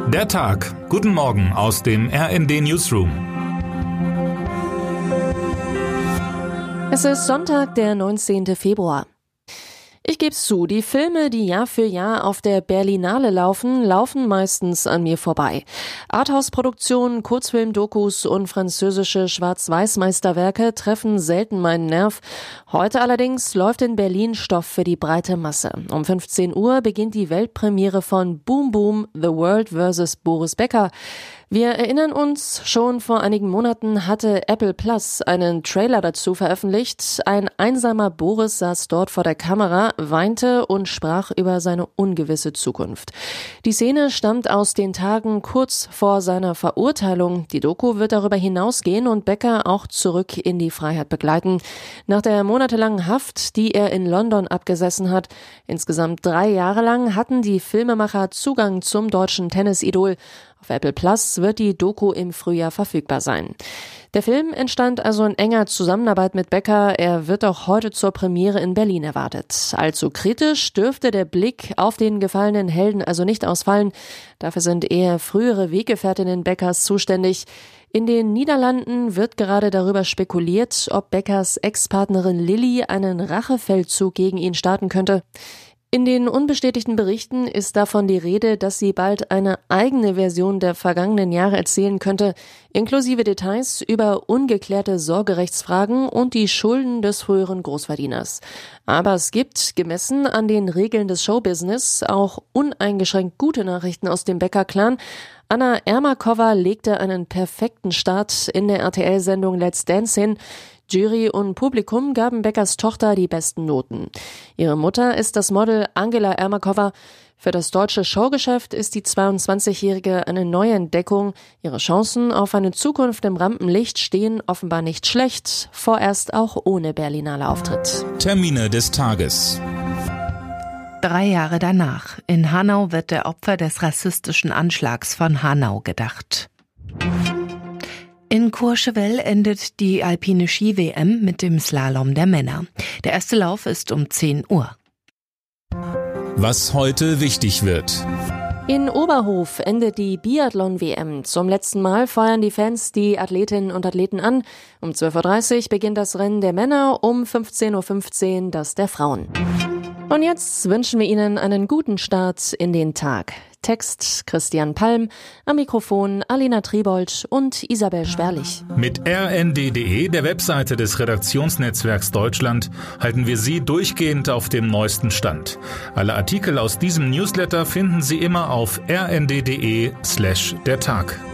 Der Tag. Guten Morgen aus dem RND Newsroom. Es ist Sonntag, der 19. Februar. Ich geb's zu, die Filme, die Jahr für Jahr auf der Berlinale laufen meistens an mir vorbei. Arthouse-Produktionen, Kurzfilm-Dokus und französische Schwarz-Weiß-Meisterwerke treffen selten meinen Nerv. Heute allerdings läuft in Berlin Stoff für die breite Masse. Um 15 Uhr beginnt die Weltpremiere von Boom Boom: The World vs. Boris Becker. Wir erinnern uns, schon vor einigen Monaten hatte Apple Plus einen Trailer dazu veröffentlicht. Ein einsamer Boris saß dort vor der Kamera, weinte und sprach über seine ungewisse Zukunft. Die Szene stammt aus den Tagen kurz vor seiner Verurteilung. Die Doku wird darüber hinausgehen und Becker auch zurück in die Freiheit begleiten. Nach der monatelangen Haft, die er in London abgesessen hat, insgesamt 3 Jahre lang, hatten die Filmemacher Zugang zum deutschen Tennisidol. Auf Apple Plus wird die Doku im Frühjahr verfügbar sein. Der Film entstand also in enger Zusammenarbeit mit Becker. Er wird auch heute zur Premiere in Berlin erwartet. Allzu kritisch dürfte der Blick auf den gefallenen Helden also nicht ausfallen. Dafür sind eher frühere Weggefährtinnen Beckers zuständig. In den Niederlanden wird gerade darüber spekuliert, ob Beckers Ex-Partnerin Lilly einen Rachefeldzug gegen ihn starten könnte. In den unbestätigten Berichten ist davon die Rede, dass sie bald eine eigene Version der vergangenen Jahre erzählen könnte, inklusive Details über ungeklärte Sorgerechtsfragen und die Schulden des früheren Großverdieners. Aber es gibt, gemessen an den Regeln des Showbusiness, auch uneingeschränkt gute Nachrichten aus dem Becker-Clan. Anna Ermakova legte einen perfekten Start in der RTL-Sendung Let's Dance hin. Jury und Publikum gaben Beckers Tochter die besten Noten. Ihre Mutter ist das Model Angela Ermakova. Für das deutsche Showgeschäft ist die 22-Jährige eine neue Entdeckung. Ihre Chancen auf eine Zukunft im Rampenlicht stehen offenbar nicht schlecht, vorerst auch ohne Berlinale Auftritt. Termine des Tages. 3 Jahre danach. In Hanau wird der Opfer des rassistischen Anschlags von Hanau gedacht. In Courchevel endet die alpine Ski-WM mit dem Slalom der Männer. Der erste Lauf ist um 10 Uhr. Was heute wichtig wird. In Oberhof endet die Biathlon-WM. Zum letzten Mal feuern die Fans die Athletinnen und Athleten an. Um 12.30 Uhr beginnt das Rennen der Männer, um 15.15 Uhr das der Frauen. Und jetzt wünschen wir Ihnen einen guten Start in den Tag. Text Christian Palm, am Mikrofon Alina Tribold und Isabel Sperlich. Mit rnd.de, der Webseite des Redaktionsnetzwerks Deutschland, halten wir Sie durchgehend auf dem neuesten Stand. Alle Artikel aus diesem Newsletter finden Sie immer auf rnd.de/dertag.